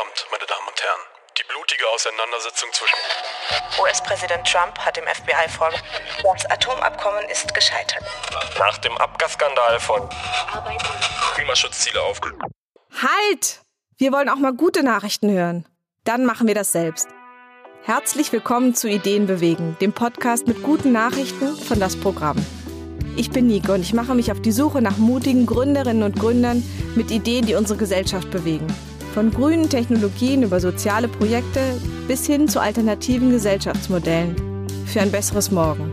Abend, meine Damen und Herren. Die blutige Auseinandersetzung zwischen US-Präsident Trump hat dem FBI vorgeworfen, das Atomabkommen ist gescheitert. Nach dem Abgasskandal von Klimaschutzziele aufgenommen. Halt! Wir wollen auch mal gute Nachrichten hören. Dann machen wir das selbst. Herzlich willkommen zu Ideen bewegen, dem Podcast mit guten Nachrichten von das Programm. Ich bin Nico und ich mache mich auf die Suche nach mutigen Gründerinnen und Gründern mit Ideen, die unsere Gesellschaft bewegen. Von grünen Technologien über soziale Projekte bis hin zu alternativen Gesellschaftsmodellen für ein besseres Morgen.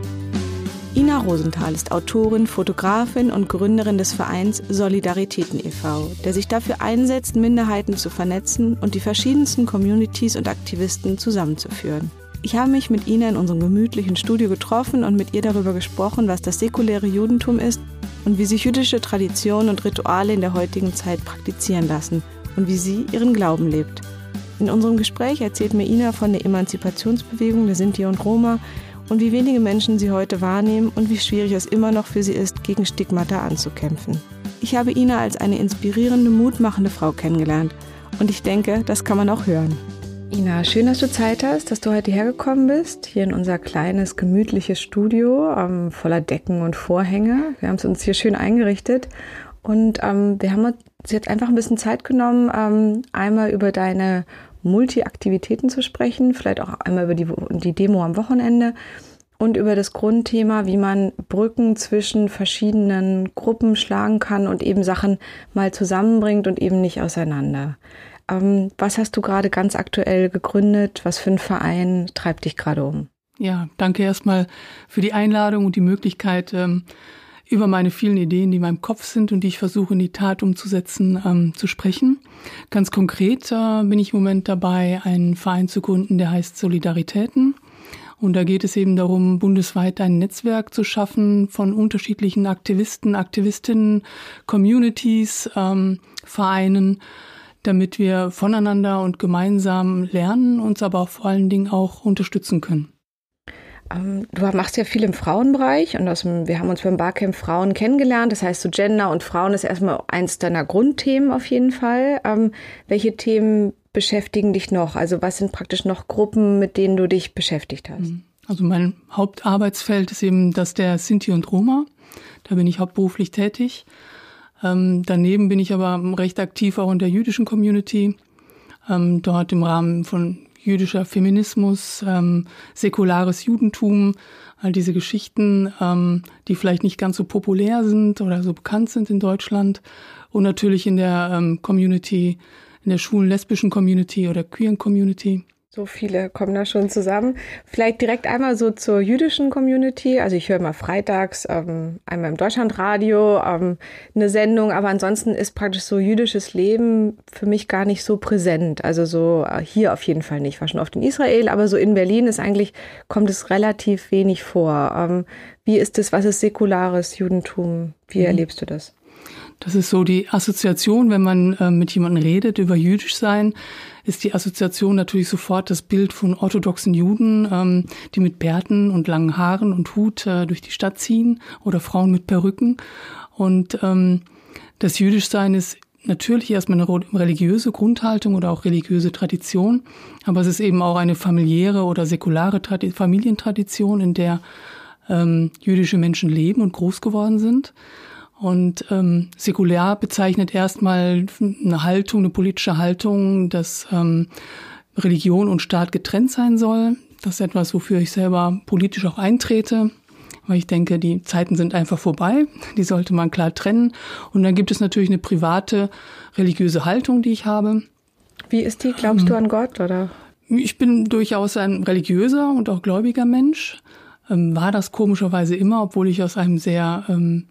Ina Rosenthal ist Autorin, Fotografin und Gründerin des Vereins Solidaritäten e.V., der sich dafür einsetzt, Minderheiten zu vernetzen und die verschiedensten Communities und Aktivisten zusammenzuführen. Ich habe mich mit Ina in unserem gemütlichen Studio getroffen und mit ihr darüber gesprochen, was das säkuläre Judentum ist und wie sich jüdische Traditionen und Rituale in der heutigen Zeit praktizieren lassen und wie sie ihren Glauben lebt. In unserem Gespräch erzählt mir Ina von der Emanzipationsbewegung der Sinti und Roma und wie wenige Menschen sie heute wahrnehmen und wie schwierig es immer noch für sie ist, gegen Stigmata anzukämpfen. Ich habe Ina als eine inspirierende, mutmachende Frau kennengelernt und ich denke, das kann man auch hören. Ina, schön, dass du Zeit hast, dass du heute hergekommen bist, hier in unser kleines, gemütliches Studio, voller Decken und Vorhänge. Wir haben es uns hier schön eingerichtet und wir haben uns jetzt einfach ein bisschen Zeit genommen, einmal über deine Multi-Aktivitäten zu sprechen, vielleicht auch einmal über die Demo am Wochenende und über das Grundthema, wie man Brücken zwischen verschiedenen Gruppen schlagen kann und eben Sachen mal zusammenbringt und eben nicht auseinander. Was hast du gerade ganz aktuell gegründet? Was für ein Verein treibt dich gerade um? Ja, danke erstmal für die Einladung und die Möglichkeit, über meine vielen Ideen, die in meinem Kopf sind und die ich versuche in die Tat umzusetzen, zu sprechen. Ganz konkret bin ich im Moment dabei, einen Verein zu gründen, der heißt Solidaritäten. Und da geht es eben darum, bundesweit ein Netzwerk zu schaffen von unterschiedlichen Aktivisten, Aktivistinnen, Communities, Vereinen, damit wir voneinander und gemeinsam lernen, uns aber auch vor allen Dingen auch unterstützen können. Du machst ja viel im Frauenbereich und wir haben uns beim Barcamp Frauen kennengelernt. Das heißt, so Gender und Frauen ist erstmal eins deiner Grundthemen auf jeden Fall. Welche Themen beschäftigen dich noch? Also was sind praktisch noch Gruppen, mit denen du dich beschäftigt hast? Also mein Hauptarbeitsfeld ist eben das der Sinti und Roma. Da bin ich hauptberuflich tätig. Daneben bin ich aber recht aktiv auch in der jüdischen Community. Dort im Rahmen von jüdischer Feminismus, säkulares Judentum, all diese Geschichten, die vielleicht nicht ganz so populär sind oder so bekannt sind in Deutschland. Und natürlich in der Community, in der schwulen, lesbischen Community oder queeren Community. So viele kommen da schon zusammen. Vielleicht direkt einmal so zur jüdischen Community. Also ich höre mal freitags einmal im Deutschlandradio eine Sendung, aber ansonsten ist praktisch so jüdisches Leben für mich gar nicht so präsent. Also so hier auf jeden Fall nicht. Ich war schon oft in Israel, aber so in Berlin kommt es relativ wenig vor. Wie ist es, was ist säkulares Judentum? Wie erlebst du das? Das ist so die Assoziation, wenn man mit jemandem redet über jüdisch sein, ist die Assoziation natürlich sofort das Bild von orthodoxen Juden, die mit Bärten und langen Haaren und Hut durch die Stadt ziehen oder Frauen mit Perücken. Und das Jüdischsein ist natürlich erstmal eine religiöse Grundhaltung oder auch religiöse Tradition, aber es ist eben auch eine familiäre oder säkulare Familientradition, in der jüdische Menschen leben und groß geworden sind. Und säkulär bezeichnet erstmal eine politische Haltung, dass Religion und Staat getrennt sein soll. Das ist etwas, wofür ich selber politisch auch eintrete, weil ich denke, die Zeiten sind einfach vorbei. Die sollte man klar trennen. Und dann gibt es natürlich eine private religiöse Haltung, die ich habe. Wie ist die? Glaubst du an Gott, oder? Ich bin durchaus ein religiöser und auch gläubiger Mensch. War das komischerweise immer, obwohl ich aus einem sehr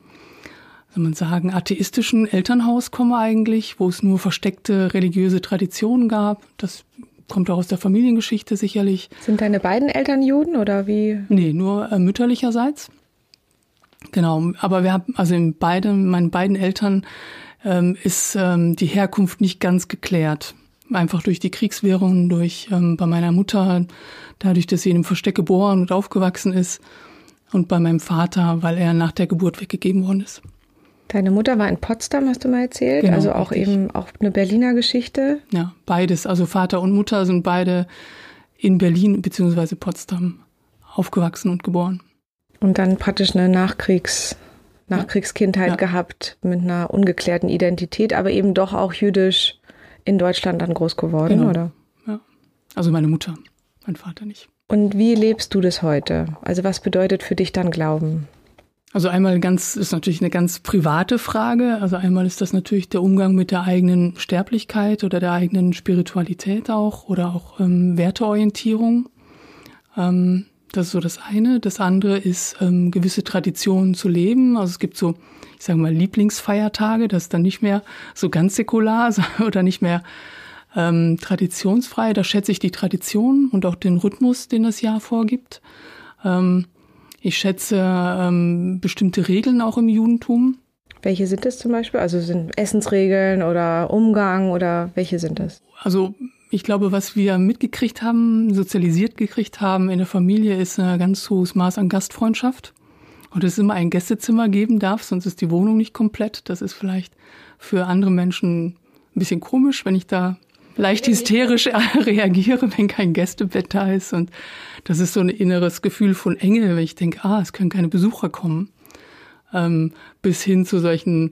soll man sagen, atheistischen Elternhaus komme eigentlich, wo es nur versteckte religiöse Traditionen gab. Das kommt auch aus der Familiengeschichte sicherlich. Sind deine beiden Eltern Juden oder wie? Nee, nur mütterlicherseits. Genau, aber wir haben, also meinen beiden Eltern ist die Herkunft nicht ganz geklärt. Einfach durch die Kriegswährungen, bei meiner Mutter, dadurch, dass sie in einem Versteck geboren und aufgewachsen ist, und bei meinem Vater, weil er nach der Geburt weggegeben worden ist. Deine Mutter war in Potsdam, hast du mal erzählt, Genau, also auch richtig. eben auch eine Berliner Geschichte. Ja, beides. Also Vater und Mutter sind beide in Berlin bzw. Potsdam aufgewachsen und geboren. Und dann praktisch eine Nachkriegskindheit gehabt mit einer ungeklärten Identität, aber eben doch auch jüdisch in Deutschland dann groß geworden, oder? Ja. Also meine Mutter, mein Vater nicht. Und wie lebst du das heute? Also was bedeutet für dich dann Glauben? Also einmal ist natürlich eine ganz private Frage. Also einmal ist das natürlich der Umgang mit der eigenen Sterblichkeit oder der eigenen Spiritualität auch oder auch Werteorientierung. Das ist so das eine. Das andere ist, gewisse Traditionen zu leben. Also es gibt so, ich sage mal, Lieblingsfeiertage, das ist dann nicht mehr so ganz säkular oder nicht mehr traditionsfrei. Da schätze ich die Tradition und auch den Rhythmus, den das Jahr vorgibt. Ich schätze bestimmte Regeln auch im Judentum. Welche sind das zum Beispiel? Also sind Essensregeln oder Umgang oder welche sind das? Also ich glaube, was wir mitgekriegt haben, sozialisiert gekriegt haben in der Familie, ist ein ganz hohes Maß an Gastfreundschaft. Und es immer ein Gästezimmer geben darf, sonst ist die Wohnung nicht komplett. Das ist vielleicht für andere Menschen ein bisschen komisch, wenn ich da leicht hysterisch reagiere, wenn kein Gästebett da ist. Und das ist so ein inneres Gefühl von Enge, wenn ich denke, es können keine Besucher kommen. Bis hin zu solchen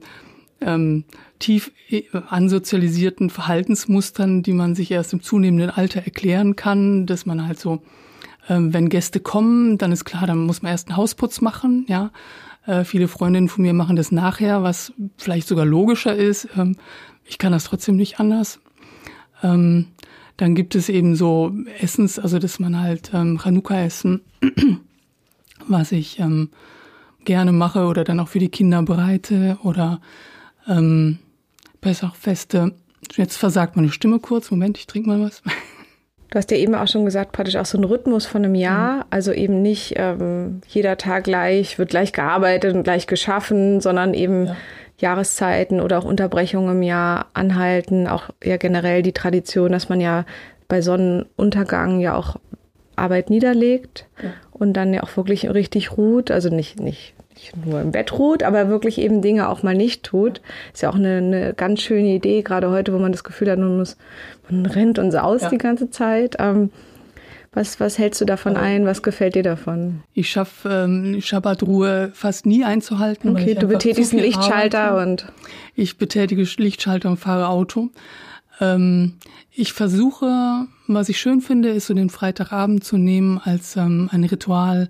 tief ansozialisierten Verhaltensmustern, die man sich erst im zunehmenden Alter erklären kann, dass man halt so, wenn Gäste kommen, dann ist klar, dann muss man erst einen Hausputz machen, ja. Viele Freundinnen von mir machen das nachher, was vielleicht sogar logischer ist. Ich kann das trotzdem nicht anders. Dann gibt es eben so Essens, also dass man halt Chanukka-Essen, was ich gerne mache oder dann auch für die Kinder bereite oder Pessachfeste. Jetzt versagt meine Stimme kurz. Moment, ich trinke mal was. Du hast ja eben auch schon gesagt, praktisch auch so ein Rhythmus von einem Jahr. Also eben nicht jeder Tag wird gleich gearbeitet und gleich geschaffen, sondern eben Jahreszeiten oder auch Unterbrechungen im Jahr anhalten. Auch ja generell die Tradition, dass man ja bei Sonnenuntergang ja auch Arbeit niederlegt und dann ja auch wirklich richtig ruht. Also nicht nur im Bett ruht, aber wirklich eben Dinge auch mal nicht tut. Ist ja auch eine ganz schöne Idee, gerade heute, wo man das Gefühl hat, man rennt und saust die ganze Zeit. Was hältst du davon ein? Was gefällt dir davon? Ich schaffe Schabbatruhe fast nie einzuhalten. Okay, du betätigst einen Lichtschalter und... Ich betätige Lichtschalter und fahre Auto. Ich versuche, was ich schön finde, ist so den Freitagabend zu nehmen als ein Ritual,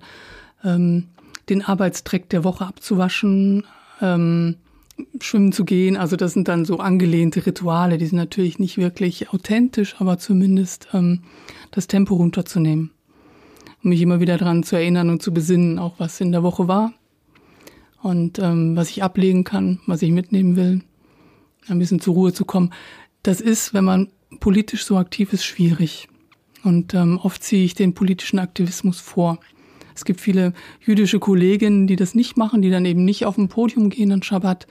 den Arbeitsdreck der Woche abzuwaschen, schwimmen zu gehen. Also das sind dann so angelehnte Rituale, die sind natürlich nicht wirklich authentisch, aber zumindest das Tempo runterzunehmen. Um mich immer wieder daran zu erinnern und zu besinnen, auch was in der Woche war und was ich ablegen kann, was ich mitnehmen will, ein bisschen zur Ruhe zu kommen. Das ist, wenn man politisch so aktiv ist, schwierig. Und oft ziehe ich den politischen Aktivismus vor. Es gibt viele jüdische Kolleginnen, die das nicht machen, die dann eben nicht auf dem Podium gehen an Schabbat.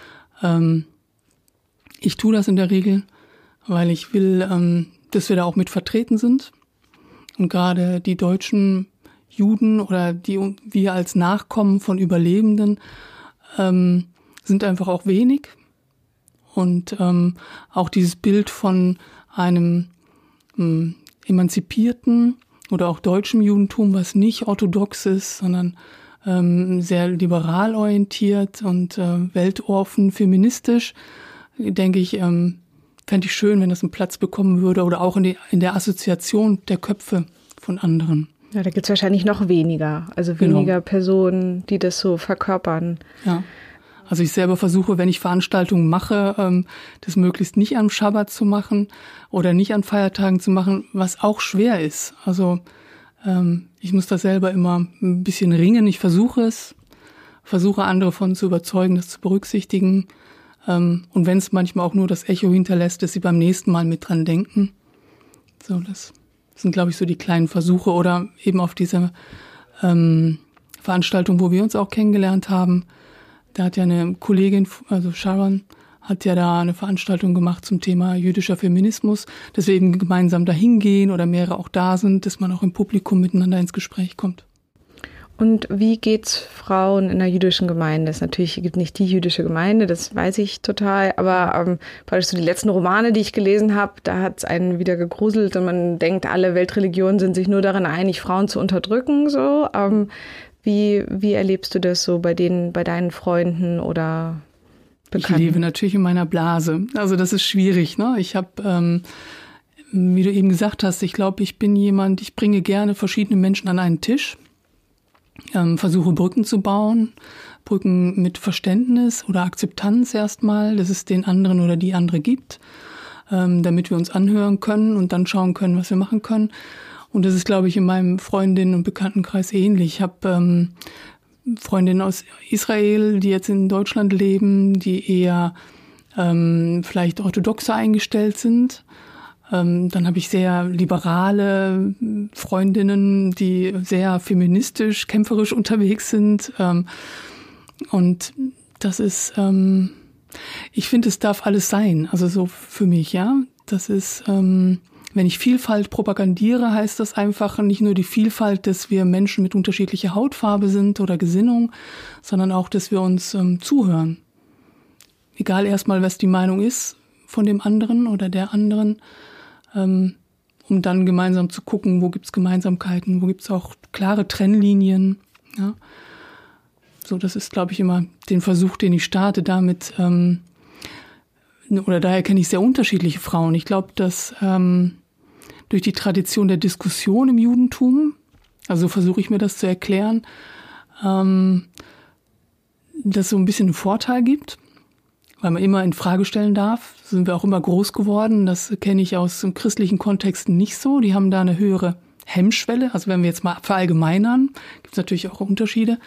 Ich tue das in der Regel, weil ich will, dass wir da auch mit vertreten sind. Und gerade die deutschen Juden oder wir als Nachkommen von Überlebenden sind einfach auch wenig. Und auch dieses Bild von einem emanzipierten oder auch deutschem Judentum, was nicht orthodox ist, sondern sehr liberal orientiert und weltoffen, feministisch, denke ich, fände ich schön, wenn das einen Platz bekommen würde oder auch in der Assoziation der Köpfe von anderen. Ja, da gibt es wahrscheinlich noch weniger, also weniger Personen, die das so verkörpern. Ja. Also ich selber versuche, wenn ich Veranstaltungen mache, das möglichst nicht am Schabbat zu machen oder nicht an Feiertagen zu machen, was auch schwer ist. Also ich muss da selber immer ein bisschen ringen. Ich versuche andere von zu überzeugen, das zu berücksichtigen. Und wenn es manchmal auch nur das Echo hinterlässt, dass sie beim nächsten Mal mit dran denken. So, das sind, glaube ich, so die kleinen Versuche. Oder eben auf dieser Veranstaltung, wo wir uns auch kennengelernt haben. Da hat ja eine Kollegin, also Sharon, hat ja da eine Veranstaltung gemacht zum Thema jüdischer Feminismus, dass wir eben gemeinsam dahin gehen oder mehrere auch da sind, dass man auch im Publikum miteinander ins Gespräch kommt. Und wie geht's Frauen in der jüdischen Gemeinde? Es natürlich gibt nicht die jüdische Gemeinde, das weiß ich total, aber praktisch so die letzten Romane, die ich gelesen habe, da hat es einen wieder gegruselt und man denkt, alle Weltreligionen sind sich nur darin einig, Frauen zu unterdrücken. So, wie erlebst du das so bei deinen Freunden oder Bekannten? Ich lebe natürlich in meiner Blase. Also das ist schwierig, ne? Ich habe, wie du eben gesagt hast, ich glaube, ich bringe gerne verschiedene Menschen an einen Tisch. Versuche Brücken zu bauen, Brücken mit Verständnis oder Akzeptanz erstmal, dass es den anderen oder die andere gibt, damit wir uns anhören können und dann schauen können, was wir machen können. Und das ist, glaube ich, in meinem Freundinnen- und Bekanntenkreis ähnlich. Ich habe Freundinnen aus Israel, die jetzt in Deutschland leben, die eher vielleicht orthodoxer eingestellt sind. Dann habe ich sehr liberale Freundinnen, die sehr feministisch, kämpferisch unterwegs sind. Und das ist, ich finde, es darf alles sein. Also so für mich, ja. Das ist, wenn ich Vielfalt propagandiere, heißt das einfach nicht nur die Vielfalt, dass wir Menschen mit unterschiedlicher Hautfarbe sind oder Gesinnung, sondern auch, dass wir uns zuhören. Egal erstmal, was die Meinung ist von dem anderen oder der anderen, um dann gemeinsam zu gucken, wo gibt's Gemeinsamkeiten, wo gibt's auch klare Trennlinien. Ja. So, das ist, glaube ich, immer den Versuch, den ich starte damit. Oder daher kenne ich sehr unterschiedliche Frauen. Ich glaube, dass durch die Tradition der Diskussion im Judentum, also versuche ich mir das zu erklären, dass so ein bisschen einen Vorteil gibt, weil man immer in Frage stellen darf. So sind wir auch immer groß geworden. Das kenne ich aus christlichen Kontexten nicht so. Die haben da eine höhere Hemmschwelle. Also wenn wir jetzt mal verallgemeinern, gibt es natürlich auch Unterschiede.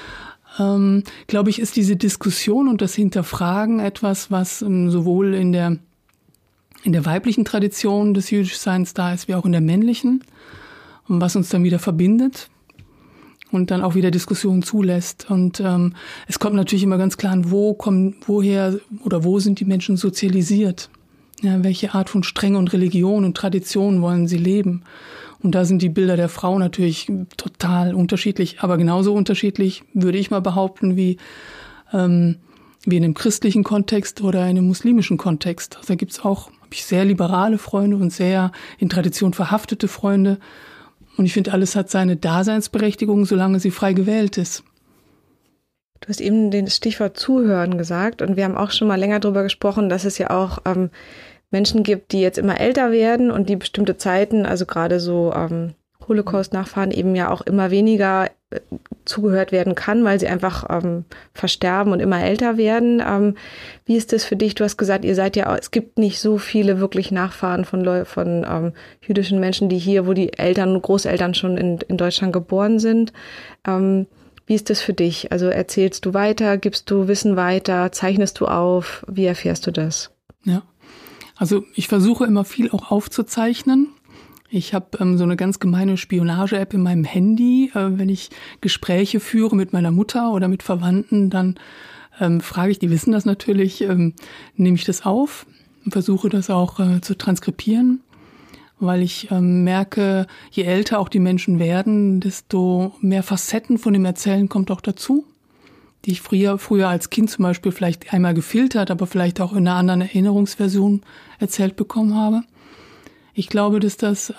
Glaube ich, ist diese Diskussion und das Hinterfragen etwas, was sowohl in der weiblichen Tradition des Jüdischseins da ist, wie auch in der männlichen, und was uns dann wieder verbindet und dann auch wieder Diskussionen zulässt. Und es kommt natürlich immer ganz klar an, woher oder wo sind die Menschen sozialisiert? Ja, welche Art von Strenge und Religion und Tradition wollen sie leben? Und da sind die Bilder der Frau natürlich total unterschiedlich, aber genauso unterschiedlich, würde ich mal behaupten, wie in einem christlichen Kontext oder in einem muslimischen Kontext. Also da gibt's auch, habe ich sehr liberale Freunde und sehr in Tradition verhaftete Freunde. Und ich finde, alles hat seine Daseinsberechtigung, solange sie frei gewählt ist. Du hast eben das Stichwort Zuhören gesagt und wir haben auch schon mal länger darüber gesprochen, dass es ja auch Menschen gibt, die jetzt immer älter werden und die bestimmte Zeiten, also gerade so Holocaust-Nachfahren eben ja auch immer weniger zugehört werden kann, weil sie einfach versterben und immer älter werden. Wie ist das für dich? Du hast gesagt, ihr seid ja, es gibt nicht so viele wirklich Nachfahren von jüdischen Menschen, die hier, wo die Eltern und Großeltern schon in Deutschland geboren sind. Wie ist das für dich? Also erzählst du weiter, gibst du Wissen weiter, zeichnest du auf? Wie erfährst du das? Ja, also ich versuche immer viel auch aufzuzeichnen. Ich habe so eine ganz gemeine Spionage-App in meinem Handy. Wenn ich Gespräche führe mit meiner Mutter oder mit Verwandten, dann frage ich, die wissen das natürlich, nehme ich das auf und versuche das auch zu transkribieren, weil ich merke, je älter auch die Menschen werden, desto mehr Facetten von dem Erzählen kommt auch dazu, die ich früher als Kind zum Beispiel vielleicht einmal gefiltert, aber vielleicht auch in einer anderen Erinnerungsversion erzählt bekommen habe. Ich glaube, dass das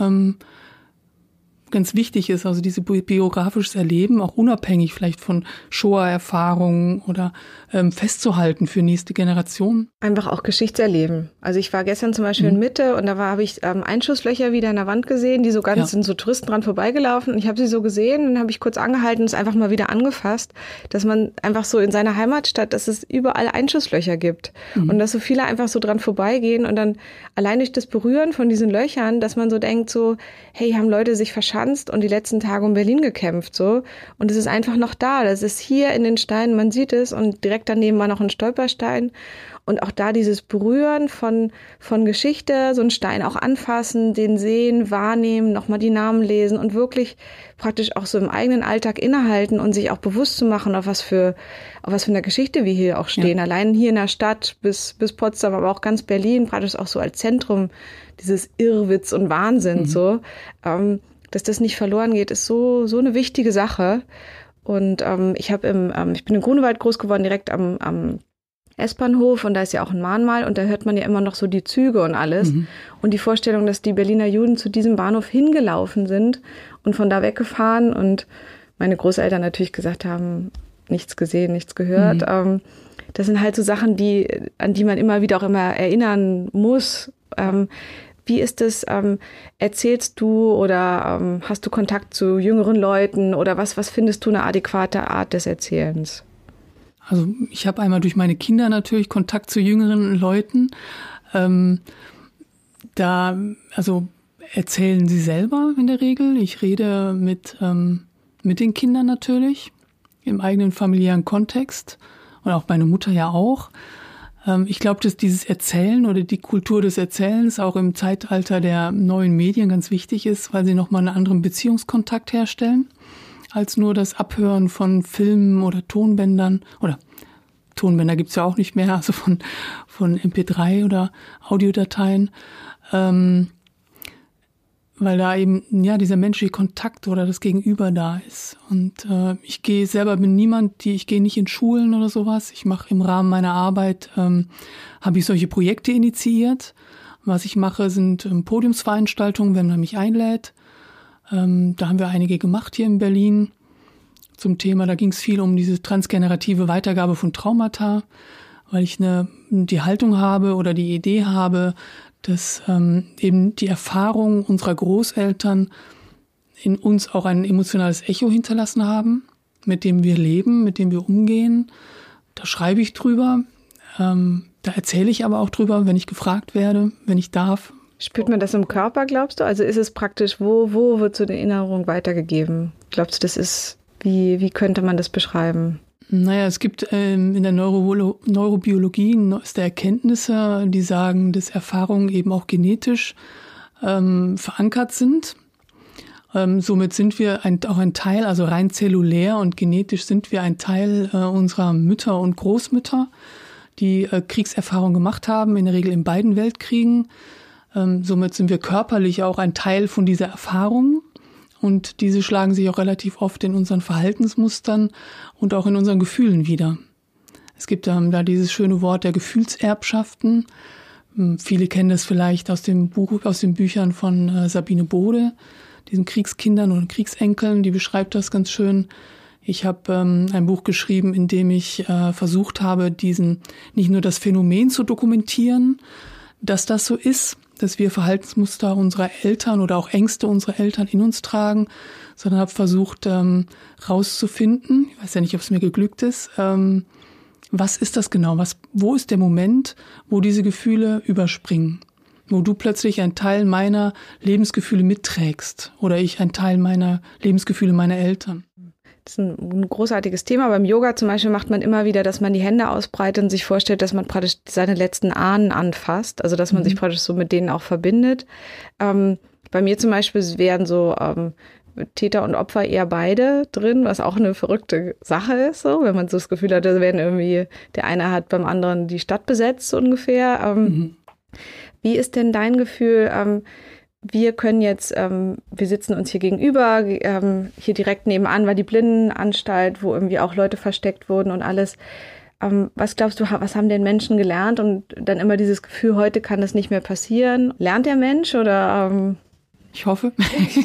ganz wichtig ist, also diese biografisches Erleben, auch unabhängig vielleicht von Shoah-Erfahrungen oder festzuhalten für nächste Generationen. Einfach auch Geschichtserleben. Also ich war gestern zum Beispiel in Mitte und da habe ich Einschusslöcher wieder in der Wand gesehen, die so ganz sind so Touristen dran vorbeigelaufen und ich habe sie so gesehen und dann habe ich kurz angehalten und es einfach mal wieder angefasst, dass man einfach so in seiner Heimatstadt, dass es überall Einschusslöcher gibt und dass so viele einfach so dran vorbeigehen und dann allein durch das Berühren von diesen Löchern, dass man so denkt so, hey, haben Leute sich verschanzt und die letzten Tage um Berlin gekämpft, so. Und es ist einfach noch da. Das ist hier in den Steinen, man sieht es und direkt daneben war noch ein Stolperstein. Und auch da dieses Berühren von Geschichte, so einen Stein auch anfassen, den sehen, wahrnehmen, nochmal die Namen lesen und wirklich praktisch auch so im eigenen Alltag innehalten und sich auch bewusst zu machen, auf was für eine Geschichte wir hier auch stehen. Ja. Allein hier in der Stadt bis Potsdam, aber auch ganz Berlin, praktisch auch so als Zentrum dieses Irrwitz und Wahnsinn, so. Dass das nicht verloren geht, ist so eine wichtige Sache. Und ich bin in Grunewald groß geworden, direkt am S-Bahnhof, und da ist ja auch ein Mahnmal und da hört man ja immer noch so die Züge und alles. Und die Vorstellung, dass die Berliner Juden zu diesem Bahnhof hingelaufen sind und von da weggefahren und meine Großeltern natürlich gesagt haben, nichts gesehen, nichts gehört. Das sind halt so Sachen, an die man immer wieder auch immer erinnern muss. Wie ist das? Erzählst du oder hast du Kontakt zu jüngeren Leuten oder was findest du eine adäquate Art des Erzählens? Also ich habe einmal durch meine Kinder natürlich Kontakt zu jüngeren Leuten. Also erzählen sie selber in der Regel. Ich rede mit den Kindern natürlich im eigenen familiären Kontext und auch meine Mutter ja auch. Ich glaube, dass dieses Erzählen oder die Kultur des Erzählens auch im Zeitalter der neuen Medien ganz wichtig ist, weil sie nochmal einen anderen Beziehungskontakt herstellen, als nur das Abhören von Filmen oder Tonbändern. Oder Tonbänder gibt's ja auch nicht mehr, also von MP3 oder Audiodateien. Weil da eben dieser menschliche Kontakt oder das Gegenüber da ist. Und ich gehe nicht in Schulen oder sowas. Ich mache im Rahmen meiner Arbeit, habe ich solche Projekte initiiert. Was ich mache, sind Podiumsveranstaltungen, wenn man mich einlädt. Da haben wir einige gemacht hier in Berlin zum Thema. Da ging es viel um diese transgenerative Weitergabe von Traumata, weil ich die Haltung habe oder die Idee habe, dass eben die Erfahrungen unserer Großeltern in uns auch ein emotionales Echo hinterlassen haben, mit dem wir leben, mit dem wir umgehen. Da schreibe ich drüber, da erzähle ich aber auch drüber, wenn ich gefragt werde, wenn ich darf. Spürt man das im Körper, glaubst du? Also ist es praktisch, wo wird so eine Erinnerung weitergegeben? Glaubst du, das ist, wie könnte man das beschreiben? Naja, es gibt in der Neurobiologie neueste Erkenntnisse, die sagen, dass Erfahrungen eben auch genetisch verankert sind. Somit sind wir auch ein Teil, also rein zellulär und genetisch sind wir ein Teil unserer Mütter und Großmütter, die Kriegserfahrung gemacht haben, in der Regel in beiden Weltkriegen. Somit sind wir körperlich auch ein Teil von dieser Erfahrung. Und diese schlagen sich auch relativ oft in unseren Verhaltensmustern und auch in unseren Gefühlen wider. Es gibt da dieses schöne Wort der Gefühlserbschaften. Viele kennen das vielleicht aus den Büchern von Sabine Bode, diesen Kriegskindern und Kriegsenkeln, die beschreibt das ganz schön. Ich habe ein Buch geschrieben, in dem ich versucht habe, nicht nur das Phänomen zu dokumentieren, dass das so ist, dass wir Verhaltensmuster unserer Eltern oder auch Ängste unserer Eltern in uns tragen, sondern habe versucht rauszufinden, ich weiß ja nicht, ob es mir geglückt ist, was ist das genau? Wo ist der Moment, wo diese Gefühle überspringen? Wo du plötzlich einen Teil meiner Lebensgefühle mitträgst oder ich einen Teil meiner Lebensgefühle meiner Eltern. Das ist ein großartiges Thema. Beim Yoga zum Beispiel macht man immer wieder, dass man die Hände ausbreitet und sich vorstellt, dass man praktisch seine letzten Ahnen anfasst. Also dass man sich praktisch so mit denen auch verbindet. Bei mir zum Beispiel wären so Täter und Opfer eher beide drin, was auch eine verrückte Sache ist, so, wenn man so das Gefühl hat, der eine hat beim anderen die Stadt besetzt, so ungefähr. Wie ist denn dein Gefühl? Wir können jetzt, wir sitzen uns hier gegenüber, hier direkt nebenan war die Blindenanstalt, wo irgendwie auch Leute versteckt wurden und alles. Was glaubst du, was haben denn Menschen gelernt? Und dann immer dieses Gefühl, heute kann das nicht mehr passieren. Lernt der Mensch oder? Ich hoffe.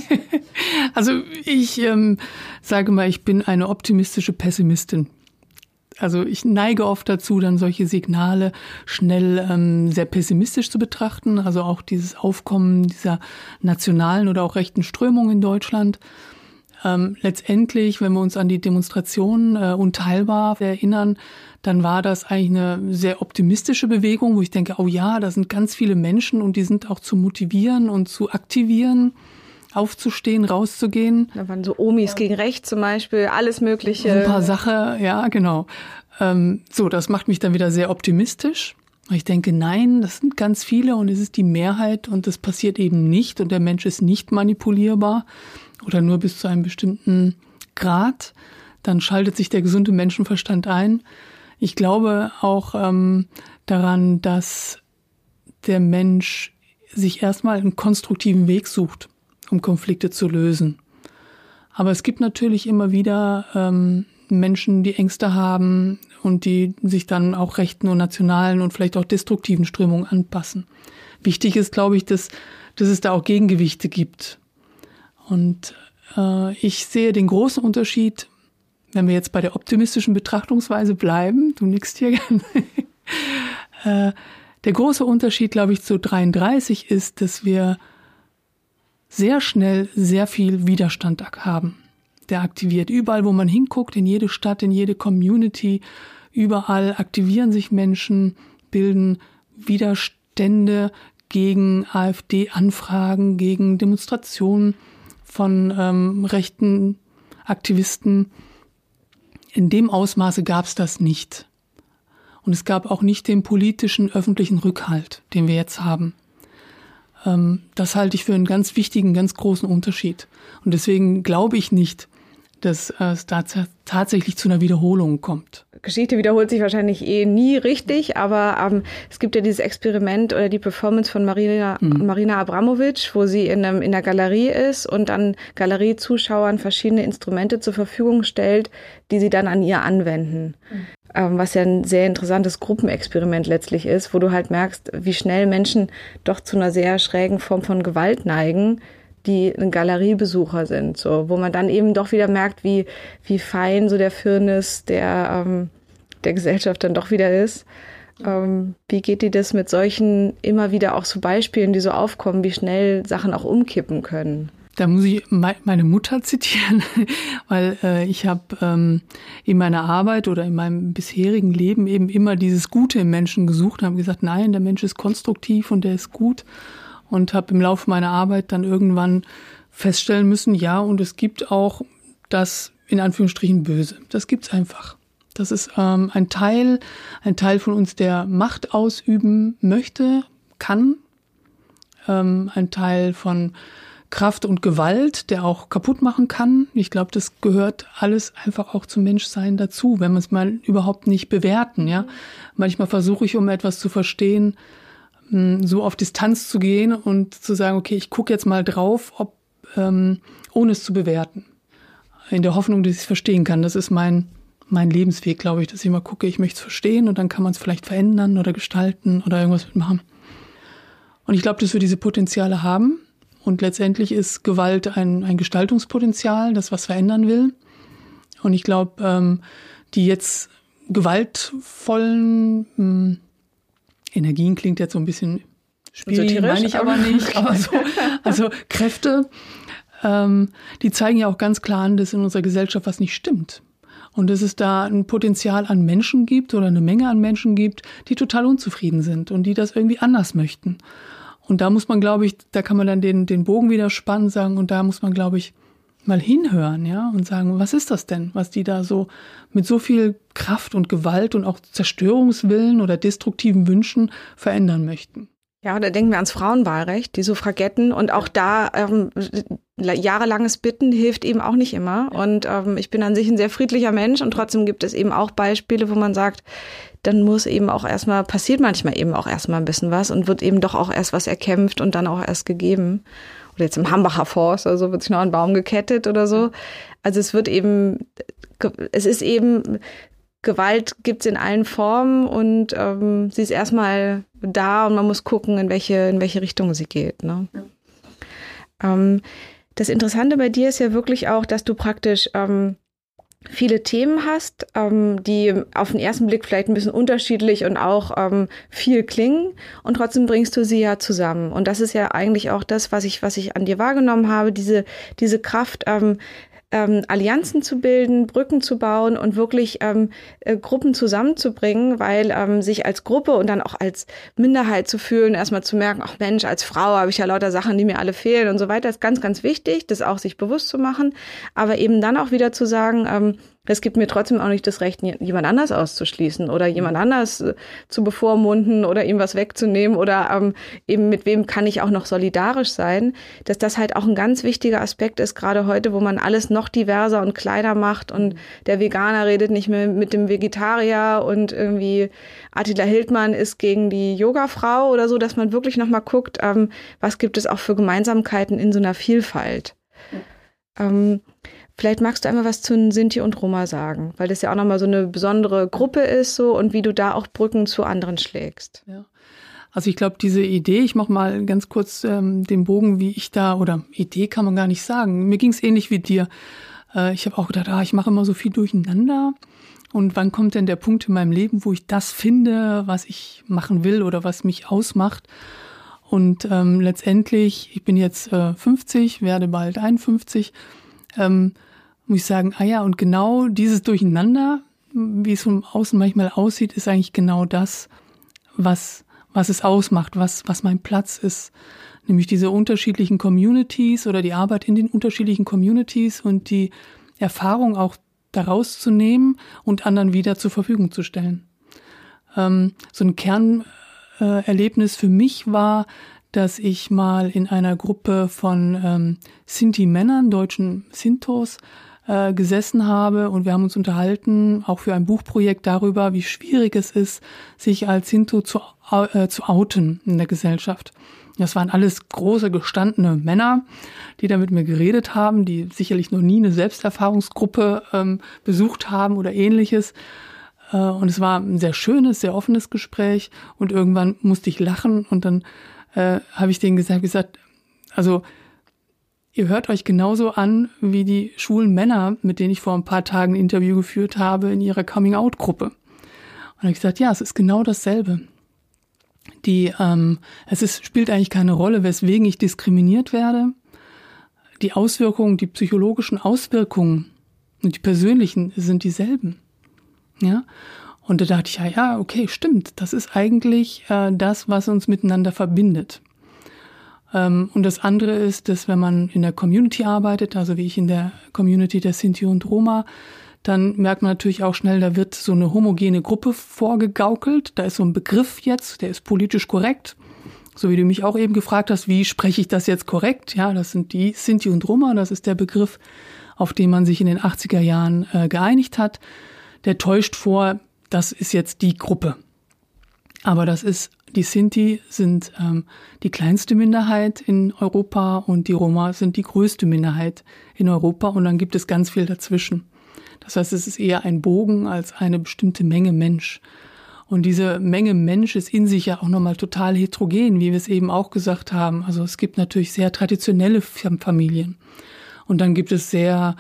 Also ich sage mal, ich bin eine optimistische Pessimistin. Also ich neige oft dazu, dann solche Signale schnell sehr pessimistisch zu betrachten. Also auch dieses Aufkommen dieser nationalen oder auch rechten Strömung in Deutschland. Letztendlich, wenn wir uns an die Demonstrationen unteilbar erinnern, dann war das eigentlich eine sehr optimistische Bewegung, wo ich denke, oh ja, da sind ganz viele Menschen und die sind auch zu motivieren und zu aktivieren, aufzustehen, rauszugehen. Da waren so Omis gegen rechts zum Beispiel, alles Mögliche. Ein paar Sachen, ja, genau. Das macht mich dann wieder sehr optimistisch. Ich denke, nein, das sind ganz viele und es ist die Mehrheit und das passiert eben nicht und der Mensch ist nicht manipulierbar oder nur bis zu einem bestimmten Grad. Dann schaltet sich der gesunde Menschenverstand ein. Ich glaube auch daran, dass der Mensch sich erstmal einen konstruktiven Weg sucht, um Konflikte zu lösen. Aber es gibt natürlich immer wieder Menschen, die Ängste haben und die sich dann auch rechten und nationalen und vielleicht auch destruktiven Strömungen anpassen. Wichtig ist, glaube ich, dass es da auch Gegengewichte gibt. Und ich sehe den großen Unterschied, wenn wir jetzt bei der optimistischen Betrachtungsweise bleiben, du nickst hier gerne, der große Unterschied, glaube ich, zu 33 ist, dass wir sehr schnell sehr viel Widerstand haben, der aktiviert. Überall, wo man hinguckt, in jede Stadt, in jede Community, überall aktivieren sich Menschen, bilden Widerstände gegen AfD-Anfragen, gegen Demonstrationen von rechten Aktivisten. In dem Ausmaße gab es das nicht. Und es gab auch nicht den politischen, öffentlichen Rückhalt, den wir jetzt haben. Das halte ich für einen ganz wichtigen, ganz großen Unterschied. Und deswegen glaube ich nicht, dass es da tatsächlich zu einer Wiederholung kommt. Geschichte wiederholt sich wahrscheinlich nie richtig, aber es gibt ja dieses Experiment oder die Performance von Marina Abramovic, wo sie in der Galerie ist und dann Galeriezuschauern verschiedene Instrumente zur Verfügung stellt, die sie dann an ihr anwenden. Was ja ein sehr interessantes Gruppenexperiment letztlich ist, wo du halt merkst, wie schnell Menschen doch zu einer sehr schrägen Form von Gewalt neigen, die ein Galeriebesucher sind, so, wo man dann eben doch wieder merkt, wie fein so der Firnis der Gesellschaft dann doch wieder ist. Wie geht dir das mit solchen immer wieder auch so Beispielen, die so aufkommen, wie schnell Sachen auch umkippen können? Da muss ich meine Mutter zitieren, weil ich habe in meiner Arbeit oder in meinem bisherigen Leben eben immer dieses Gute im Menschen gesucht und habe gesagt, nein, der Mensch ist konstruktiv und der ist gut. Und habe im Laufe meiner Arbeit dann irgendwann feststellen müssen, ja, und es gibt auch das, in Anführungsstrichen, Böse. Das gibt's einfach. Das ist ein Teil von uns, der Macht ausüben möchte, kann. Ein Teil von Kraft und Gewalt, der auch kaputt machen kann. Ich glaube, das gehört alles einfach auch zum Menschsein dazu, wenn wir es mal überhaupt nicht bewerten. Ja, manchmal versuche ich, um etwas zu verstehen, so auf Distanz zu gehen und zu sagen, okay, ich gucke jetzt mal drauf, ohne es zu bewerten. In der Hoffnung, dass ich es verstehen kann. Das ist mein Lebensweg, glaube ich, dass ich mal gucke, ich möchte es verstehen und dann kann man es vielleicht verändern oder gestalten oder irgendwas mitmachen. Und ich glaube, dass wir diese Potenziale haben. Und letztendlich ist Gewalt ein Gestaltungspotenzial, das was verändern will. Und ich glaube, die jetzt gewaltvollen Energien klingt jetzt so ein bisschen schwierig, meine ich aber nicht. Aber so, also Kräfte, die zeigen ja auch ganz klar an, dass in unserer Gesellschaft was nicht stimmt. Und dass es da ein Potenzial an Menschen gibt oder eine Menge an Menschen gibt, die total unzufrieden sind und die das irgendwie anders möchten. Und da muss man, glaube ich, da kann man dann den Bogen wieder spannen, sagen, und da muss man, glaube ich, mal hinhören, ja, und sagen, was ist das denn, was die da so mit so viel Kraft und Gewalt und auch Zerstörungswillen oder destruktiven Wünschen verändern möchten. Ja, oder denken wir ans Frauenwahlrecht, die Suffragetten, und auch da jahrelanges Bitten hilft eben auch nicht immer. Und ich bin an sich ein sehr friedlicher Mensch und trotzdem gibt es eben auch Beispiele, wo man sagt, dann passiert manchmal eben auch erstmal ein bisschen was und wird eben doch auch erst was erkämpft und dann auch erst gegeben. Oder jetzt im Hambacher Forst oder so wird sich noch ein Baum gekettet oder so. Also Gewalt gibt's in allen Formen und sie ist erstmal da und man muss gucken, in welche Richtung sie geht. Ne? Das Interessante bei dir ist ja wirklich auch, dass du praktisch viele Themen hast, die auf den ersten Blick vielleicht ein bisschen unterschiedlich und auch viel klingen, und trotzdem bringst du sie ja zusammen. Und das ist ja eigentlich auch das, was ich an dir wahrgenommen habe, diese Kraft, Allianzen zu bilden, Brücken zu bauen und wirklich Gruppen zusammenzubringen, weil sich als Gruppe und dann auch als Minderheit zu fühlen, erstmal zu merken, ach Mensch, als Frau habe ich ja lauter Sachen, die mir alle fehlen und so weiter, ist ganz, ganz wichtig, das auch sich bewusst zu machen, aber eben dann auch wieder zu sagen, es gibt mir trotzdem auch nicht das Recht, jemand anders auszuschließen oder jemand anders zu bevormunden oder ihm was wegzunehmen oder eben mit wem kann ich auch noch solidarisch sein, dass das halt auch ein ganz wichtiger Aspekt ist, gerade heute, wo man alles noch diverser und kleiner macht und der Veganer redet nicht mehr mit dem Vegetarier und irgendwie Attila Hildmann ist gegen die Yogafrau oder so, dass man wirklich nochmal guckt, was gibt es auch für Gemeinsamkeiten in so einer Vielfalt. Vielleicht magst du einmal was zu Sinti und Roma sagen, weil das ja auch nochmal so eine besondere Gruppe ist so und wie du da auch Brücken zu anderen schlägst. Ja. Also ich glaube, diese Idee, ich mache mal ganz kurz den Bogen, wie ich da, oder Idee kann man gar nicht sagen. Mir ging es ähnlich wie dir. Ich habe auch gedacht, ich mache immer so viel durcheinander. Und wann kommt denn der Punkt in meinem Leben, wo ich das finde, was ich machen will oder was mich ausmacht? Und letztendlich, ich bin jetzt 50, werde bald 51, muss ich sagen, und genau dieses Durcheinander, wie es von außen manchmal aussieht, ist eigentlich genau das, was es ausmacht, was mein Platz ist. Nämlich diese unterschiedlichen Communities oder die Arbeit in den unterschiedlichen Communities und die Erfahrung auch daraus zu nehmen und anderen wieder zur Verfügung zu stellen. So ein Kernerlebnis für mich war, dass ich mal in einer Gruppe von Sinti-Männern, deutschen Sintos, gesessen habe und wir haben uns unterhalten, auch für ein Buchprojekt darüber, wie schwierig es ist, sich als Sinto zu outen in der Gesellschaft. Das waren alles große, gestandene Männer, die da mit mir geredet haben, die sicherlich noch nie eine Selbsterfahrungsgruppe besucht haben oder Ähnliches. Und es war ein sehr schönes, sehr offenes Gespräch und irgendwann musste ich lachen und dann habe ich denen gesagt, also ihr hört euch genauso an wie die schwulen Männer, mit denen ich vor ein paar Tagen ein Interview geführt habe in ihrer Coming-out-Gruppe. Und dann habe ich gesagt, ja, es ist genau dasselbe. Spielt eigentlich keine Rolle, weswegen ich diskriminiert werde. Die Auswirkungen, die psychologischen Auswirkungen und die persönlichen sind dieselben. Ja? Und da dachte ich, ja, okay, stimmt. Das ist eigentlich das, was uns miteinander verbindet. Und das andere ist, dass wenn man in der Community arbeitet, also wie ich in der Community der Sinti und Roma, dann merkt man natürlich auch schnell, da wird so eine homogene Gruppe vorgegaukelt. Da ist so ein Begriff jetzt, der ist politisch korrekt. So wie du mich auch eben gefragt hast, wie spreche ich das jetzt korrekt? Ja, das sind die Sinti und Roma, das ist der Begriff, auf den man sich in den 80er Jahren geeinigt hat. Der täuscht vor, das ist jetzt die Gruppe. Aber die Sinti sind die kleinste Minderheit in Europa und die Roma sind die größte Minderheit in Europa und dann gibt es ganz viel dazwischen. Das heißt, es ist eher ein Bogen als eine bestimmte Menge Mensch. Und diese Menge Mensch ist in sich ja auch nochmal total heterogen, wie wir es eben auch gesagt haben. Also es gibt natürlich sehr traditionelle Familien und dann gibt es sehr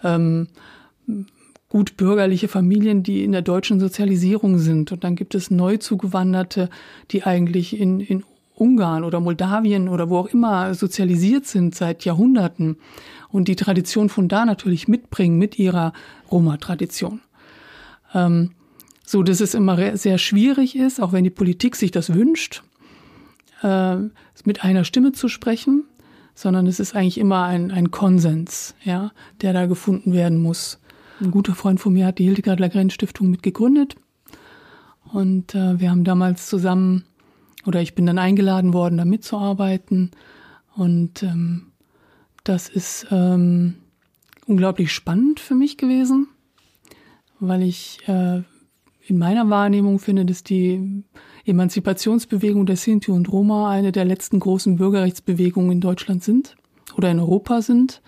gut bürgerliche Familien, die in der deutschen Sozialisierung sind. Und dann gibt es Neuzugewanderte, die eigentlich in Ungarn oder Moldawien oder wo auch immer sozialisiert sind seit Jahrhunderten und die Tradition von da natürlich mitbringen mit ihrer Roma-Tradition. So, dass es immer sehr schwierig ist, auch wenn die Politik sich das wünscht, mit einer Stimme zu sprechen, sondern es ist eigentlich immer ein Konsens, ja, der da gefunden werden muss. Ein guter Freund von mir hat die Hildegard Lagrenn Stiftung mitgegründet und wir haben damals zusammen, oder ich bin dann eingeladen worden, da mitzuarbeiten und das ist unglaublich spannend für mich gewesen, weil ich in meiner Wahrnehmung finde, dass die Emanzipationsbewegung der Sinti und Roma eine der letzten großen Bürgerrechtsbewegungen in Deutschland sind oder in Europa sind,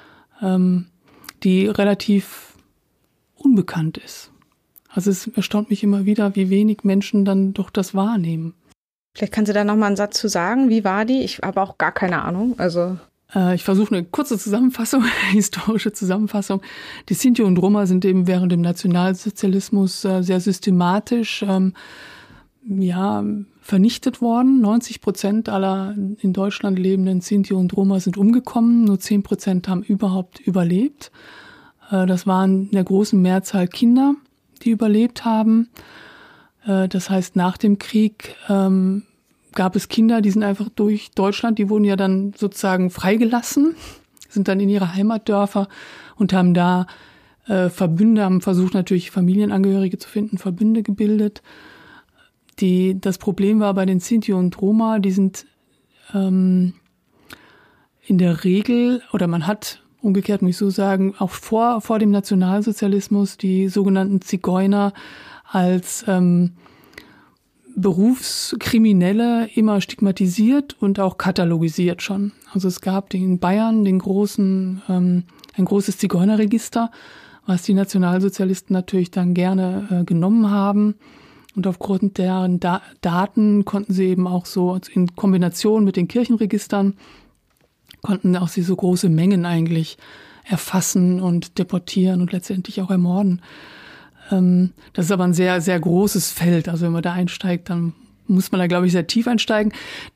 die relativ unbekannt ist. Also es erstaunt mich immer wieder, wie wenig Menschen dann doch das wahrnehmen. Vielleicht kannst du da nochmal einen Satz zu sagen. Wie war die? Ich habe auch gar keine Ahnung. Ich versuche eine kurze Zusammenfassung, historische Zusammenfassung. Die Sinti und Roma sind eben während dem Nationalsozialismus sehr systematisch vernichtet worden. 90% aller in Deutschland lebenden Sinti und Roma sind umgekommen. Nur 10% haben überhaupt überlebt. Das waren in der großen Mehrzahl Kinder, die überlebt haben. Das heißt, nach dem Krieg gab es Kinder, die sind einfach durch Deutschland, die wurden ja dann sozusagen freigelassen, sind dann in ihre Heimatdörfer und haben da Verbünde, haben versucht natürlich Familienangehörige zu finden, Verbünde gebildet. Das Problem war bei den Sinti und Roma, die sind in der Regel, oder man hat umgekehrt, muss ich so sagen, auch vor dem Nationalsozialismus die sogenannten Zigeuner als Berufskriminelle immer stigmatisiert und auch katalogisiert schon. Also es gab in Bayern den großen ein großes Zigeunerregister, was die Nationalsozialisten natürlich dann gerne genommen haben. Und aufgrund deren Daten konnten sie eben auch so in Kombination mit den Kirchenregistern, konnten auch sie so große Mengen eigentlich erfassen und deportieren und letztendlich auch ermorden. Das ist aber ein sehr, sehr großes Feld. Also wenn man da einsteigt, dann muss man da, glaube ich, sehr tief einsteigen.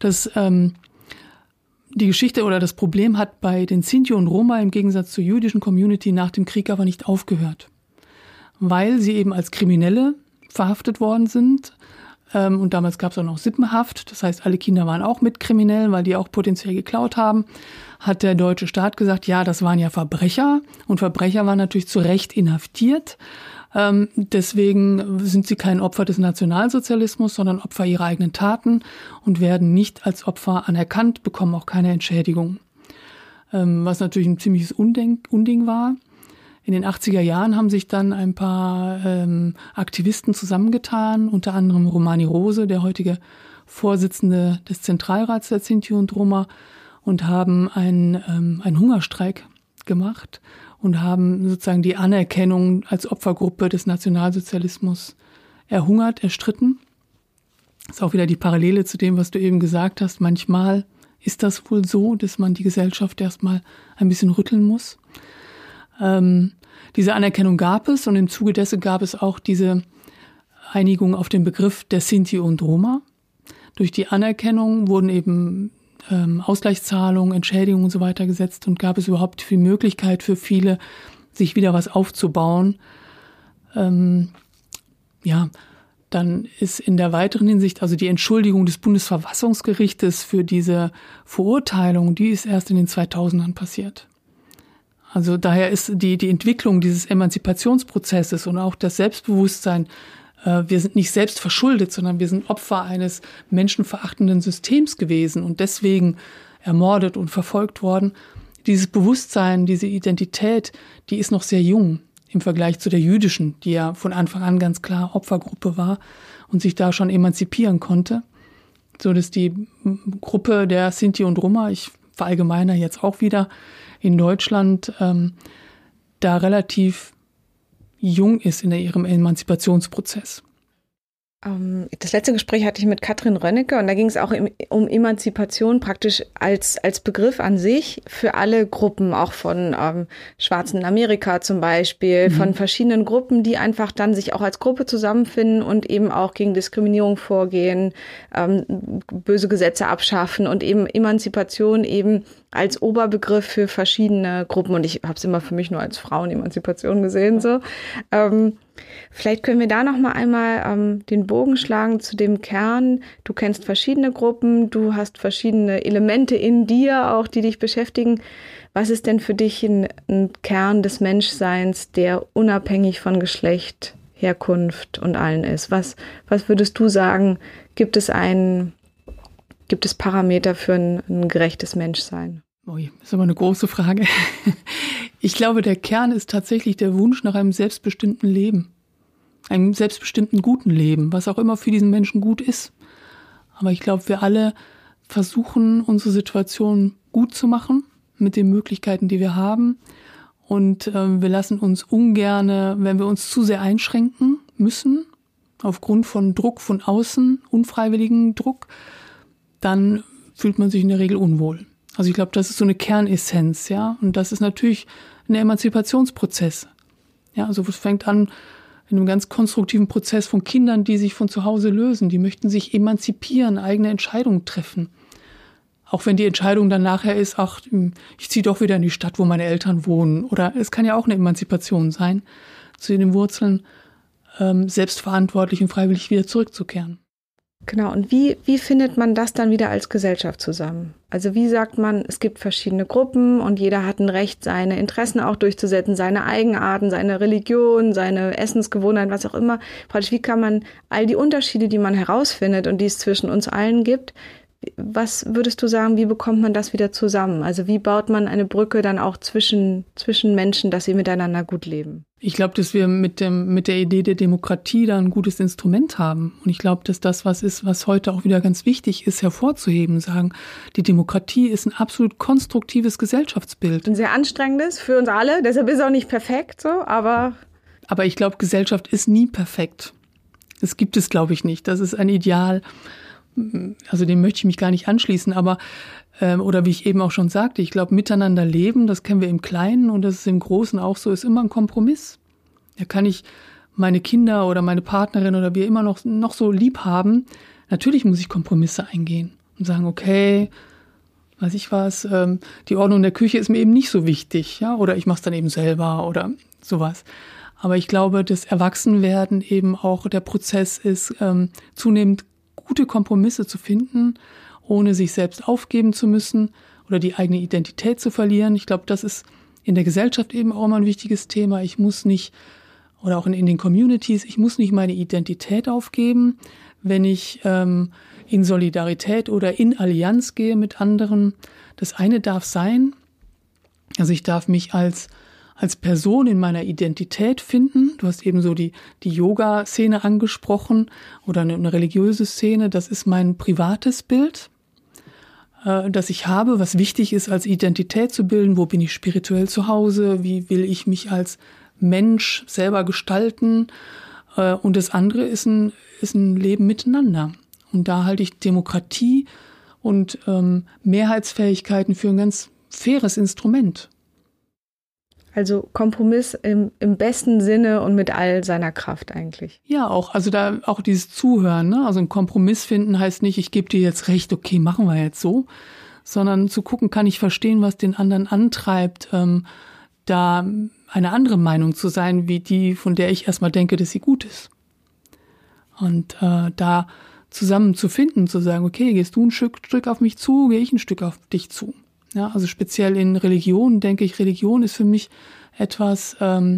Die Geschichte oder das Problem hat bei den Sinti und Roma im Gegensatz zur jüdischen Community nach dem Krieg aber nicht aufgehört, weil sie eben als Kriminelle verhaftet worden sind. Und damals gab es auch noch Sippenhaft, das heißt, alle Kinder waren auch Mitkriminellen, weil die auch potenziell geklaut haben. Hat der deutsche Staat gesagt, ja, das waren ja Verbrecher und Verbrecher waren natürlich zu Recht inhaftiert. Deswegen sind sie kein Opfer des Nationalsozialismus, sondern Opfer ihrer eigenen Taten und werden nicht als Opfer anerkannt, bekommen auch keine Entschädigung. Was natürlich ein ziemliches Unding war. In den 80er Jahren haben sich dann ein paar Aktivisten zusammengetan, unter anderem Romani Rose, der heutige Vorsitzende des Zentralrats der Sinti und Roma, und haben einen Hungerstreik gemacht und haben sozusagen die Anerkennung als Opfergruppe des Nationalsozialismus erstritten. Das ist auch wieder die Parallele zu dem, was du eben gesagt hast. Manchmal ist das wohl so, dass man die Gesellschaft erstmal ein bisschen rütteln muss. Diese Anerkennung gab es und im Zuge dessen gab es auch diese Einigung auf den Begriff der Sinti und Roma. Durch die Anerkennung wurden eben Ausgleichszahlungen, Entschädigungen und so weiter gesetzt und gab es überhaupt die Möglichkeit für viele, sich wieder was aufzubauen. Dann ist in der weiteren Hinsicht, also die Entschuldigung des Bundesverfassungsgerichtes für diese Verurteilung, die ist erst in den 2000ern passiert. Also daher ist die Entwicklung dieses Emanzipationsprozesses und auch das Selbstbewusstsein, wir sind nicht selbst verschuldet, sondern wir sind Opfer eines menschenverachtenden Systems gewesen und deswegen ermordet und verfolgt worden. Dieses Bewusstsein, diese Identität, die ist noch sehr jung im Vergleich zu der jüdischen, die ja von Anfang an ganz klar Opfergruppe war und sich da schon emanzipieren konnte. So dass die Gruppe der Sinti und Roma, ich verallgemeiner jetzt auch wieder, in Deutschland da relativ jung ist in ihrem Emanzipationsprozess. Das letzte Gespräch hatte ich mit Katrin Rönnecke und da ging es auch um Emanzipation praktisch als Begriff an sich für alle Gruppen, auch von Schwarzen in Amerika zum Beispiel, von verschiedenen Gruppen, die einfach dann sich auch als Gruppe zusammenfinden und eben auch gegen Diskriminierung vorgehen, böse Gesetze abschaffen und eben Emanzipation eben als Oberbegriff für verschiedene Gruppen. Und ich habe es immer für mich nur als Frauenemanzipation gesehen. So. Vielleicht können wir da noch mal einmal den Bogen schlagen zu dem Kern. Du kennst verschiedene Gruppen, du hast verschiedene Elemente in dir auch, die dich beschäftigen. Was ist denn für dich ein Kern des Menschseins, der unabhängig von Geschlecht, Herkunft und allen ist? Was würdest du sagen, gibt es Parameter für ein gerechtes Menschsein? Ui, das ist aber eine große Frage. Ich glaube, der Kern ist tatsächlich der Wunsch nach einem selbstbestimmten Leben. Einem selbstbestimmten guten Leben, was auch immer für diesen Menschen gut ist. Aber ich glaube, wir alle versuchen, unsere Situation gut zu machen mit den Möglichkeiten, die wir haben. Und wir lassen uns ungerne, wenn wir uns zu sehr einschränken müssen, aufgrund von Druck von außen, unfreiwilligen Druck, dann fühlt man sich in der Regel unwohl. Also ich glaube, das ist so eine Kernessenz, ja. Und das ist natürlich ein Emanzipationsprozess. Ja, also es fängt an in einem ganz konstruktiven Prozess von Kindern, die sich von zu Hause lösen. Die möchten sich emanzipieren, eigene Entscheidungen treffen. Auch wenn die Entscheidung dann nachher ist, ach, ich ziehe doch wieder in die Stadt, wo meine Eltern wohnen. Oder es kann ja auch eine Emanzipation sein, zu den Wurzeln selbstverantwortlich und freiwillig wieder zurückzukehren. Genau, und wie findet man das dann wieder als Gesellschaft zusammen? Also wie sagt man, es gibt verschiedene Gruppen und jeder hat ein Recht, seine Interessen auch durchzusetzen, seine Eigenarten, seine Religion, seine Essensgewohnheiten, was auch immer. Praktisch, wie kann man all die Unterschiede, die man herausfindet und die es zwischen uns allen gibt, Was würdest du sagen, wie bekommt man das wieder zusammen? Also wie baut man eine Brücke dann auch zwischen Menschen, dass sie miteinander gut leben? Ich glaube, dass wir mit der Idee der Demokratie da ein gutes Instrument haben. Und ich glaube, dass das was ist, was heute auch wieder ganz wichtig ist, hervorzuheben. Sagen, die Demokratie ist ein absolut konstruktives Gesellschaftsbild. Ein sehr anstrengendes für uns alle. Deshalb ist es auch nicht perfekt so, aber ich glaube, Gesellschaft ist nie perfekt. Das gibt es, glaube ich, nicht. Das ist ein Ideal. Also dem möchte ich mich gar nicht anschließen, aber oder wie ich eben auch schon sagte, ich glaube, miteinander leben, das kennen wir im Kleinen und das ist im Großen auch so, ist immer ein Kompromiss. Da kann ich meine Kinder oder meine Partnerin oder wie immer noch so lieb haben. Natürlich muss ich Kompromisse eingehen und sagen, okay, weiß ich was, die Ordnung der Küche ist mir eben nicht so wichtig, ja, oder ich mache es dann eben selber oder sowas. Aber ich glaube, das Erwachsenwerden eben auch der Prozess ist, zunehmend gute Kompromisse zu finden, ohne sich selbst aufgeben zu müssen oder die eigene Identität zu verlieren. Ich glaube, das ist in der Gesellschaft eben auch immer ein wichtiges Thema. Ich muss nicht, oder auch in den Communities, ich muss nicht meine Identität aufgeben, wenn ich in Solidarität oder in Allianz gehe mit anderen. Das eine darf sein, also ich darf mich als Person in meiner Identität finden. Du hast eben so die Yoga-Szene angesprochen oder eine religiöse Szene. Das ist mein privates Bild, das ich habe, was wichtig ist, als Identität zu bilden. Wo bin ich spirituell zu Hause? Wie will ich mich als Mensch selber gestalten? Und das andere ist ein Leben miteinander. Und da halte ich Demokratie und Mehrheitsfähigkeiten für ein ganz faires Instrument. Also Kompromiss im besten Sinne und mit all seiner Kraft eigentlich. Ja, auch dieses Zuhören, ne? Also ein Kompromiss finden heißt nicht, ich gebe dir jetzt recht, okay, machen wir jetzt so, sondern zu gucken, kann ich verstehen, was den anderen antreibt, da eine andere Meinung zu sein, wie die, von der ich erstmal denke, dass sie gut ist. Und da zusammen zu finden, zu sagen, okay, gehst du ein Stück auf mich zu, gehe ich ein Stück auf dich zu. Ja, also speziell in Religion denke ich, Religion ist für mich etwas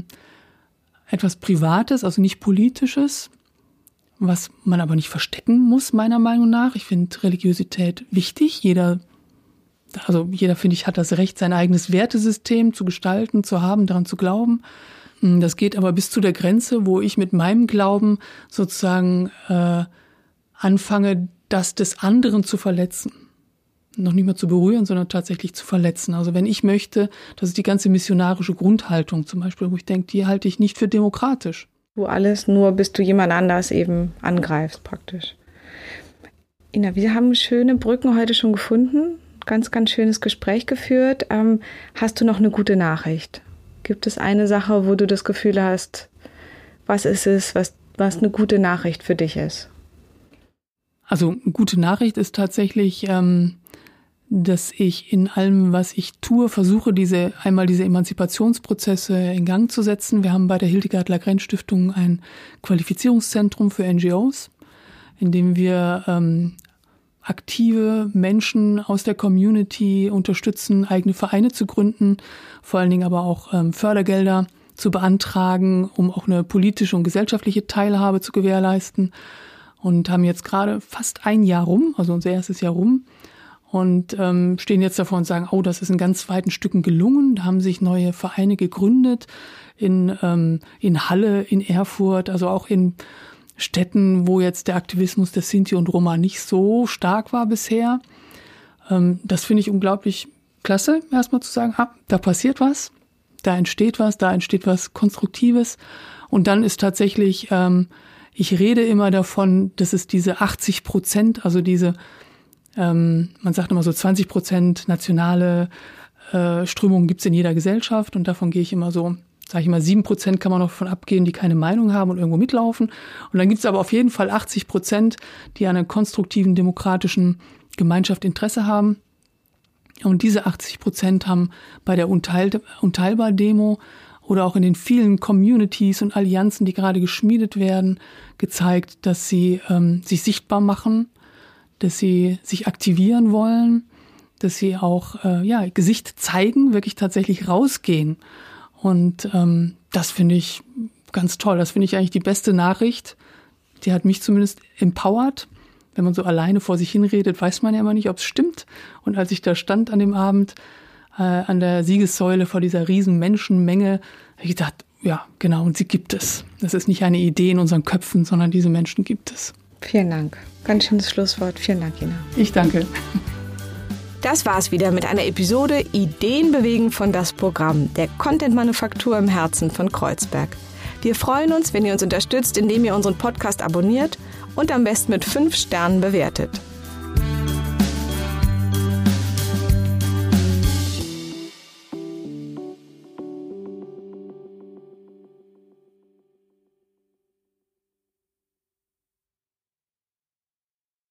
Privates, also nicht Politisches, was man aber nicht verstecken muss, meiner Meinung nach. Ich finde Religiosität wichtig. Jeder, finde ich, hat das Recht, sein eigenes Wertesystem zu gestalten, zu haben, daran zu glauben. Das geht aber bis zu der Grenze, wo ich mit meinem Glauben sozusagen anfange, das des anderen zu verletzen. Noch nicht mal zu berühren, sondern tatsächlich zu verletzen. Also wenn ich möchte, das ist die ganze missionarische Grundhaltung zum Beispiel, wo ich denke, die halte ich nicht für demokratisch. Du alles nur, bis du jemand anders eben angreifst praktisch. Ina, wir haben schöne Brücken heute schon gefunden, ganz, ganz schönes Gespräch geführt. Hast du noch eine gute Nachricht? Gibt es eine Sache, wo du das Gefühl hast, was ist es, was eine gute Nachricht für dich ist? Also eine gute Nachricht ist tatsächlich, dass ich in allem, was ich tue, versuche, diese Emanzipationsprozesse in Gang zu setzen. Wir haben bei der Hildegard-Lagrenz-Stiftung ein Qualifizierungszentrum für NGOs, in dem wir aktive Menschen aus der Community unterstützen, eigene Vereine zu gründen, vor allen Dingen aber auch Fördergelder zu beantragen, um auch eine politische und gesellschaftliche Teilhabe zu gewährleisten. Und haben jetzt gerade fast ein Jahr rum, also unser erstes Jahr rum, und stehen jetzt davor und sagen, oh, das ist in ganz weiten Stücken gelungen. Da haben sich neue Vereine gegründet in Halle, in Erfurt, also auch in Städten, wo jetzt der Aktivismus der Sinti und Roma nicht so stark war bisher. Das finde ich unglaublich klasse, erstmal zu sagen, da passiert was, da entsteht was Konstruktives. Und dann ist tatsächlich, ich rede immer davon, dass es diese 80%, also diese man sagt immer so 20% nationale Strömungen gibt es in jeder Gesellschaft und davon gehe ich immer so, sage ich mal, 7% kann man noch davon abgehen, die keine Meinung haben und irgendwo mitlaufen. Und dann gibt es aber auf jeden Fall 80%, die an einer konstruktiven, demokratischen Gemeinschaft Interesse haben. Und diese 80% haben bei der Unteilbar-Demo oder auch in den vielen Communities und Allianzen, die gerade geschmiedet werden, gezeigt, dass sie sich sichtbar machen, dass sie sich aktivieren wollen, dass sie auch Gesicht zeigen, wirklich tatsächlich rausgehen. Und das finde ich ganz toll. Das finde ich eigentlich die beste Nachricht. Die hat mich zumindest empowert, wenn man so alleine vor sich hinredet, weiß man ja immer nicht, ob es stimmt. Und als ich da stand an dem Abend an der Siegessäule vor dieser riesen Menschenmenge, habe ich gedacht, ja, genau, und sie gibt es. Das ist nicht eine Idee in unseren Köpfen, sondern diese Menschen gibt es. Vielen Dank. Ganz schönes Schlusswort. Vielen Dank, Ina. Ich danke. Das war's wieder mit einer Episode Ideen bewegen von das Programm, der Content-Manufaktur im Herzen von Kreuzberg. Wir freuen uns, wenn ihr uns unterstützt, indem ihr unseren Podcast abonniert und am besten mit 5 Sternen bewertet.